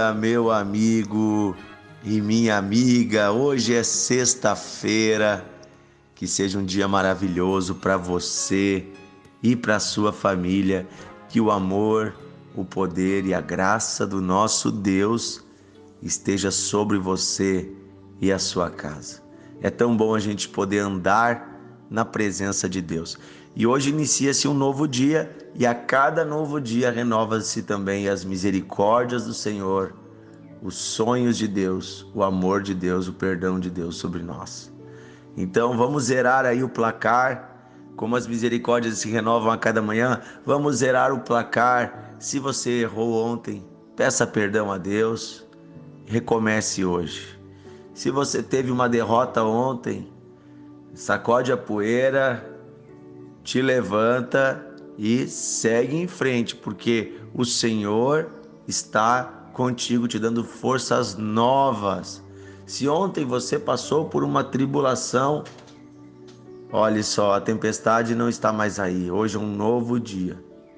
dia, meu amigo e minha amiga. Hoje é sexta-feira. Que seja um dia maravilhoso para você e para sua família. Que o amor, o poder e a graça do nosso Deus esteja sobre você e a sua casa. É tão bom a gente poder andar na presença de Deus. E hoje inicia-se um novo dia e a cada novo dia renova-se também as misericórdias do Senhor, os sonhos de Deus, o amor de Deus, o perdão de Deus sobre nós. Então vamos zerar aí o placar, como as misericórdias se renovam a cada manhã, vamos zerar o placar. Se você errou ontem, peça perdão a Deus, recomece hoje. Se você teve uma derrota ontem, sacode a poeira, te levanta e segue em frente, porque o Senhor está contigo, te dando forças novas. Se ontem você passou por uma tribulação, olhe só, a tempestade não está mais aí. Hoje é um novo dia.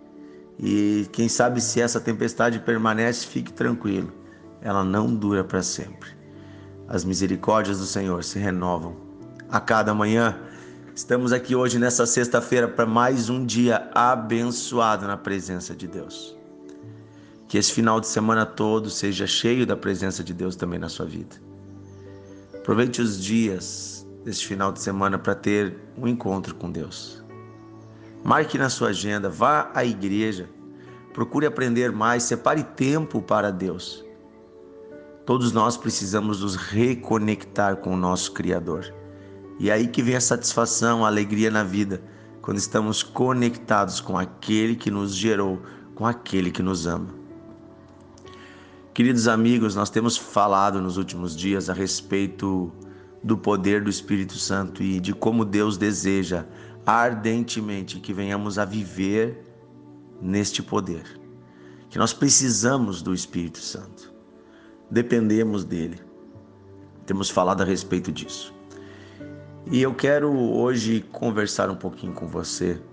E quem sabe se essa tempestade permanece, fique tranquilo. Ela não dura para sempre. As misericórdias do Senhor se renovam a cada manhã. Estamos aqui hoje nessa sexta-feira para mais um dia abençoado na presença de Deus. Que esse final de semana todo seja cheio da presença de Deus também na sua vida. Aproveite os dias deste final de semana para ter um encontro com Deus. Marque na sua agenda, vá à igreja, procure aprender mais, separe tempo para Deus. Todos nós precisamos nos reconectar com o nosso Criador. E é aí que vem a satisfação, a alegria na vida, quando estamos conectados com aquele que nos gerou, com aquele que nos ama. Queridos amigos, nós temos falado nos últimos dias a respeito do poder do Espírito Santo e de como Deus deseja ardentemente que venhamos a viver neste poder. Que nós precisamos do Espírito Santo, dependemos dele. Temos falado a respeito disso. E eu quero hoje conversar um pouquinho com você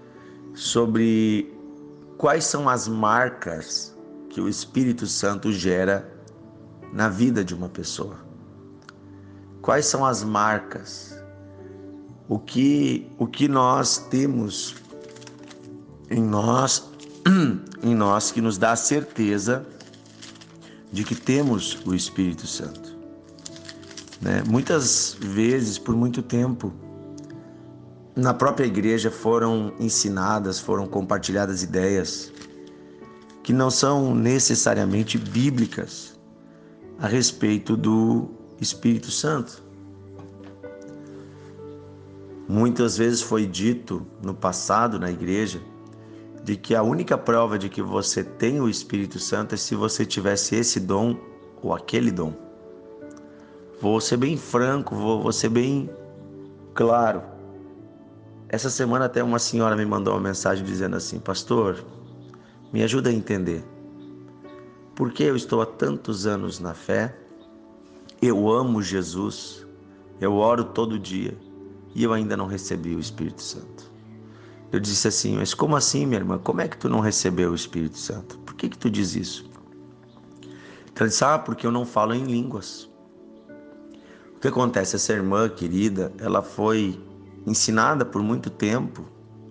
sobre quais são as marcas que o Espírito Santo gera na vida de uma pessoa. Quais são as marcas? O que nós temos em nós que nos dá a certeza de que temos o Espírito Santo. Muitas vezes, por muito tempo, na própria igreja foram ensinadas, foram compartilhadas ideias que não são necessariamente bíblicas a respeito do Espírito Santo. Muitas vezes foi dito no passado na igreja de que a única prova de que você tem o Espírito Santo é se você tivesse esse dom ou aquele dom. Vou ser bem franco, vou ser bem claro. Essa semana até uma senhora me mandou uma mensagem dizendo assim: pastor, me ajuda a entender. Por que eu estou há tantos anos na fé, eu amo Jesus, eu oro todo dia e eu ainda não recebi o Espírito Santo? Eu disse assim: mas como assim, minha irmã? Como é que tu não recebeu o Espírito Santo? Por que tu diz isso? Ela disse: porque eu não falo em línguas. O que acontece? Essa irmã querida, ela foi ensinada por muito tempo,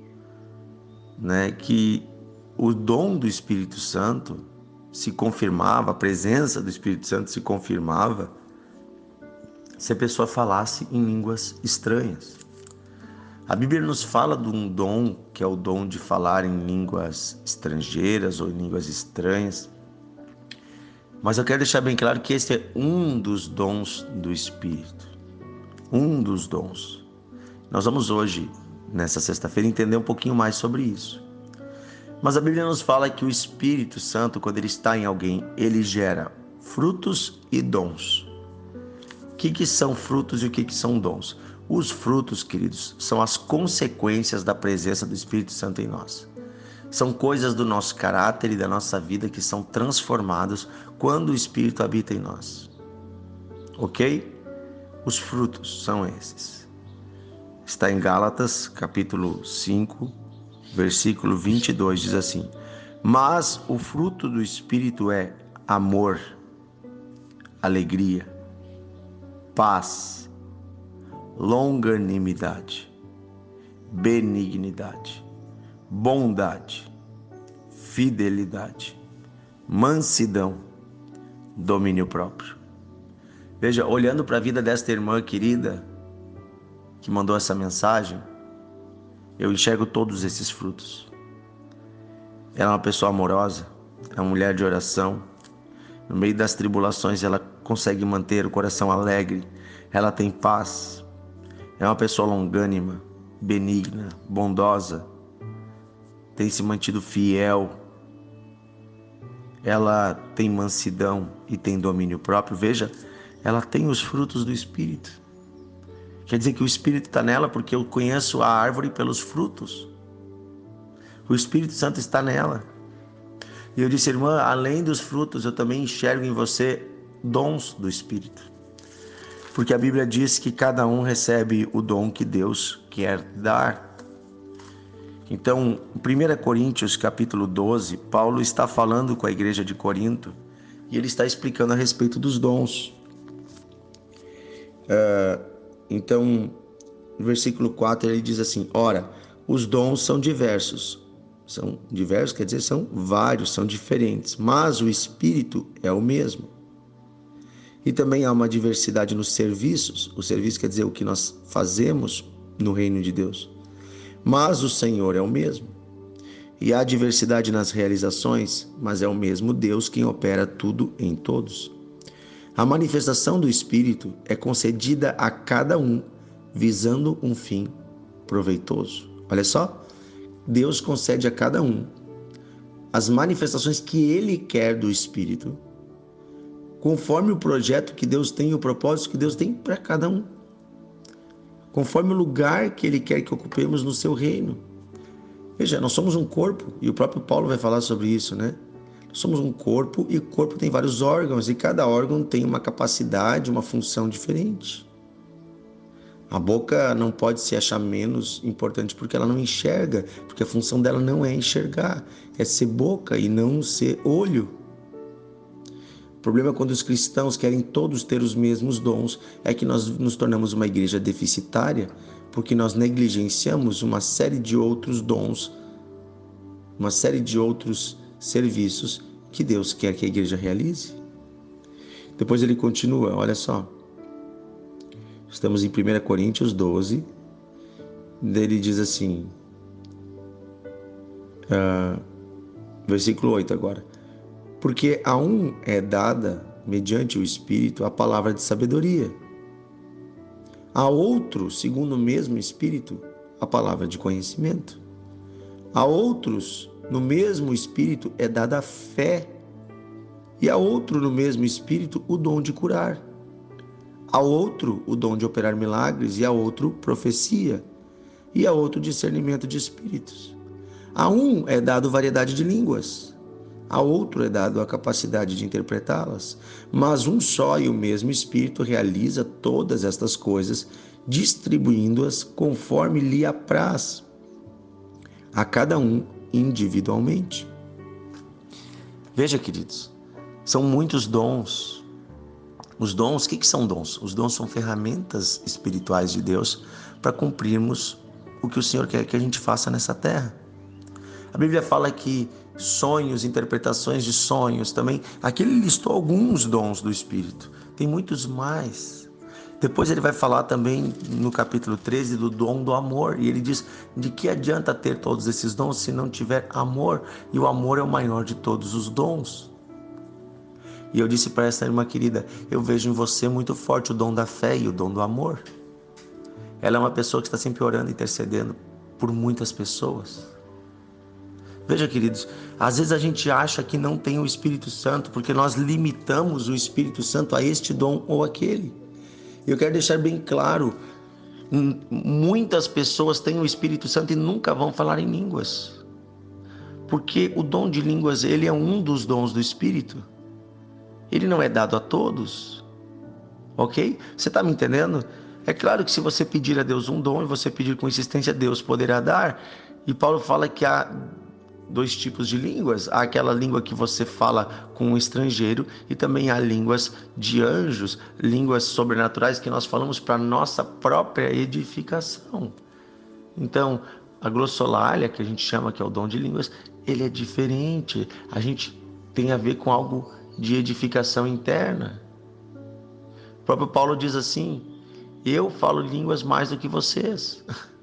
que o dom do Espírito Santo se confirmava, a presença do Espírito Santo se confirmava se a pessoa falasse em línguas estranhas. A Bíblia nos fala de um dom, que é o dom de falar em línguas estrangeiras ou em línguas estranhas. Mas eu quero deixar bem claro que esse é um dos dons do Espírito. Um dos dons. Nós vamos hoje, nessa sexta-feira, entender um pouquinho mais sobre isso. Mas a Bíblia nos fala que o Espírito Santo, quando ele está em alguém, ele gera frutos e dons. O que são frutos e o que são dons? Os frutos, queridos, são as consequências da presença do Espírito Santo em nós. São coisas do nosso caráter e da nossa vida que são transformados quando o Espírito habita em nós. Ok? Os frutos são esses. Está em Gálatas, capítulo 5, versículo 22, diz assim: mas o fruto do Espírito é amor, alegria, paz, longanimidade, benignidade, bondade, fidelidade, mansidão, domínio próprio. Veja, olhando para a vida desta irmã querida que mandou essa mensagem, eu enxergo todos esses frutos. Ela é uma pessoa amorosa, é uma mulher de oração. No meio das tribulações ela consegue manter o coração alegre, ela tem paz, é uma pessoa longânima, benigna, bondosa, tem se mantido fiel, ela tem mansidão e tem domínio próprio. Veja, ela tem os frutos do Espírito. Quer dizer que o Espírito está nela porque eu conheço a árvore pelos frutos. O Espírito Santo está nela. E eu disse, irmã, além dos frutos, eu também enxergo em você dons do Espírito. Porque a Bíblia diz que cada um recebe o dom que Deus quer dar. Então, em 1 Coríntios capítulo 12, Paulo está falando com a igreja de Corinto e ele está explicando a respeito dos dons. Então, no versículo 4 ele diz assim, ora, os dons são diversos. São diversos, quer dizer, são vários, são diferentes, mas o Espírito é o mesmo. E também há uma diversidade nos serviços. O serviço quer dizer o que nós fazemos no reino de Deus. Mas o Senhor é o mesmo. E há diversidade nas realizações, mas é o mesmo Deus quem opera tudo em todos. A manifestação do Espírito é concedida a cada um, visando um fim proveitoso. Olha só, Deus concede a cada um as manifestações que Ele quer do Espírito, conforme o projeto que Deus tem e o propósito que Deus tem para cada um, conforme o lugar que Ele quer que ocupemos no seu reino. Veja, nós somos um corpo, e o próprio Paulo vai falar sobre isso, né? Nós somos um corpo, e o corpo tem vários órgãos, e cada órgão tem uma capacidade, uma função diferente. A boca não pode se achar menos importante porque ela não enxerga, porque a função dela não é enxergar, é ser boca e não ser olho. O problema é quando os cristãos querem todos ter os mesmos dons, é que nós nos tornamos uma igreja deficitária, porque nós negligenciamos uma série de outros dons, uma série de outros serviços que Deus quer que a igreja realize. Depois ele continua, olha só. Estamos em 1 Coríntios 12, ele diz assim, versículo 8 agora. Porque a um é dada, mediante o Espírito, a palavra de sabedoria. A outro, segundo o mesmo Espírito, a palavra de conhecimento. A outros, no mesmo Espírito, é dada a fé. E a outro, no mesmo Espírito, o dom de curar. A outro, o dom de operar milagres, e a outro, profecia, e a outro, discernimento de espíritos. A um é dado variedade de línguas, a outro é dado a capacidade de interpretá-las, mas um só e o mesmo Espírito realiza todas estas coisas, distribuindo-as conforme lhe apraz, a cada um individualmente. Veja, queridos, são muitos dons. Os dons, o que são dons? Os dons são ferramentas espirituais de Deus para cumprirmos o que o Senhor quer que a gente faça nessa terra. A Bíblia fala que sonhos, interpretações de sonhos também. Aqui ele listou alguns dons do Espírito. Tem muitos mais. Depois ele vai falar também no capítulo 13 do dom do amor. E ele diz, de que adianta ter todos esses dons se não tiver amor? E o amor é o maior de todos os dons. E eu disse para essa irmã querida, eu vejo em você muito forte o dom da fé e o dom do amor. Ela é uma pessoa que está sempre orando e intercedendo por muitas pessoas. Veja, queridos, às vezes a gente acha que não tem o Espírito Santo porque nós limitamos o Espírito Santo a este dom ou aquele. Eu quero deixar bem claro, muitas pessoas têm o Espírito Santo e nunca vão falar em línguas. Porque o dom de línguas, ele é um dos dons do Espírito. Ele não é dado a todos, ok? Você está me entendendo? É claro que se você pedir a Deus um dom e você pedir com insistência, Deus poderá dar. E Paulo fala que há dois tipos de línguas. Há aquela língua que você fala com um estrangeiro e também há línguas de anjos, línguas sobrenaturais que nós falamos para nossa própria edificação. Então, a glossolalia, que a gente chama que é o dom de línguas, ele é diferente. A gente tem a ver com algo de edificação interna. O próprio Paulo diz assim: eu falo línguas mais do que vocês.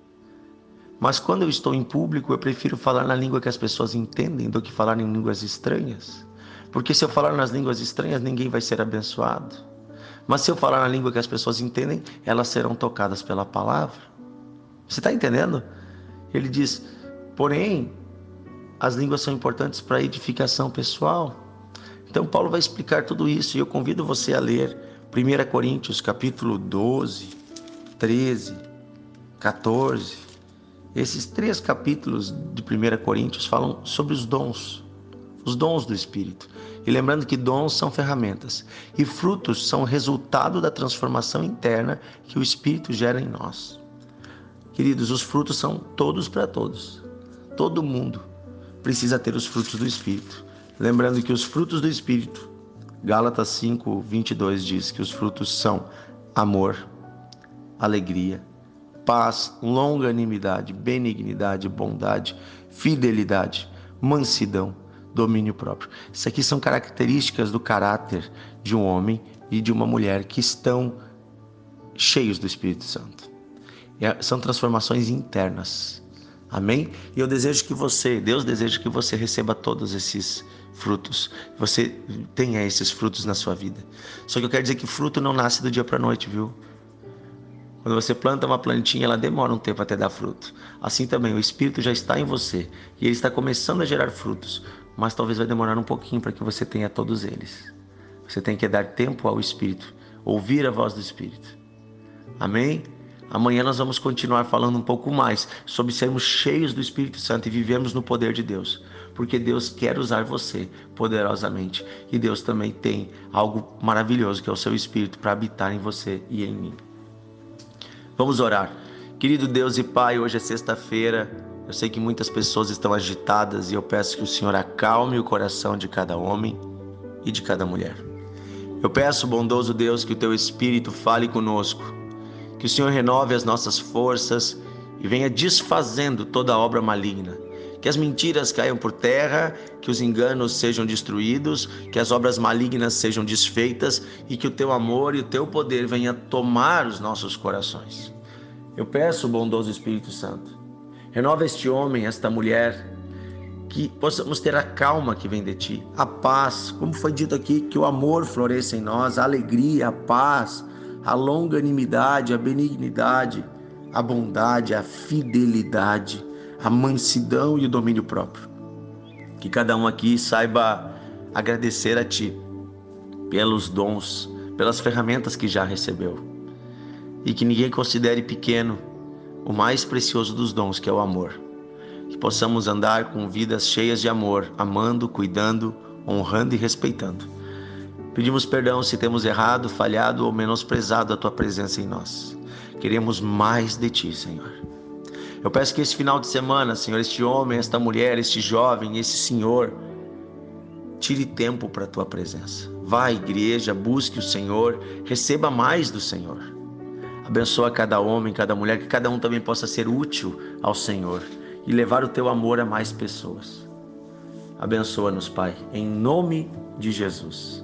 Mas quando eu estou em público, eu prefiro falar na língua que as pessoas entendem do que falar em línguas estranhas. Porque se eu falar nas línguas estranhas, ninguém vai ser abençoado. Mas se eu falar na língua que as pessoas entendem, elas serão tocadas pela palavra. Você está entendendo? Ele diz, porém, as línguas são importantes para a edificação pessoal. Então Paulo vai explicar tudo isso e eu convido você a ler 1 Coríntios capítulo 12, 13, 14. Esses 3 capítulos de 1 Coríntios falam sobre os dons do Espírito. E lembrando que dons são ferramentas e frutos são resultado da transformação interna que o Espírito gera em nós. Queridos, os frutos são todos para todos. Todo mundo precisa ter os frutos do Espírito. Lembrando que os frutos do Espírito, Gálatas 5, 22 diz que os frutos são amor, alegria, paz, longanimidade, benignidade, bondade, fidelidade, mansidão, domínio próprio. Isso aqui são características do caráter de um homem e de uma mulher que estão cheios do Espírito Santo. São transformações internas. Amém? E eu desejo que Deus deseja que você receba todos esses frutos. Você tenha esses frutos na sua vida. Só que eu quero dizer que fruto não nasce do dia para a noite, viu? Quando você planta uma plantinha, ela demora um tempo até dar fruto. Assim também, o Espírito já está em você e ele está começando a gerar frutos, mas talvez vai demorar um pouquinho para que você tenha todos eles. Você tem que dar tempo ao Espírito, ouvir a voz do Espírito. Amém? Amanhã nós vamos continuar falando um pouco mais sobre sermos cheios do Espírito Santo e vivemos no poder de Deus. Porque Deus quer usar você poderosamente. E Deus também tem algo maravilhoso que é o seu Espírito para habitar em você e em mim. Vamos orar. Querido Deus e Pai, hoje é sexta-feira. Eu sei que muitas pessoas estão agitadas e eu peço que o Senhor acalme o coração de cada homem e de cada mulher. Eu peço, bondoso Deus, que o Teu Espírito fale conosco. Que o Senhor renove as nossas forças e venha desfazendo toda a obra maligna. Que as mentiras caiam por terra, que os enganos sejam destruídos, que as obras malignas sejam desfeitas e que o Teu amor e o Teu poder venha tomar os nossos corações. Eu peço, bondoso Espírito Santo, renova este homem, esta mulher, que possamos ter a calma que vem de Ti, a paz, como foi dito aqui, que o amor floresça em nós, a alegria, a paz, a longanimidade, a benignidade, a bondade, a fidelidade, a mansidão e o domínio próprio. Que cada um aqui saiba agradecer a Ti pelos dons, pelas ferramentas que já recebeu. E que ninguém considere pequeno o mais precioso dos dons, que é o amor. Que possamos andar com vidas cheias de amor, amando, cuidando, honrando e respeitando. Pedimos perdão se temos errado, falhado ou menosprezado a Tua presença em nós. Queremos mais de Ti, Senhor. Eu peço que esse final de semana, Senhor, este homem, esta mulher, este jovem, esse senhor, tire tempo para a Tua presença. Vá à igreja, busque o Senhor, receba mais do Senhor. Abençoa cada homem, cada mulher, que cada um também possa ser útil ao Senhor e levar o Teu amor a mais pessoas. Abençoa-nos, Pai, em nome de Jesus.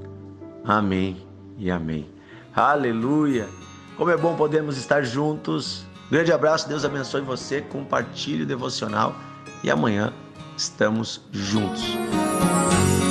Amém e amém. Aleluia! Como é bom podermos estar juntos. Grande abraço, Deus abençoe você. Compartilhe o devocional e amanhã estamos juntos.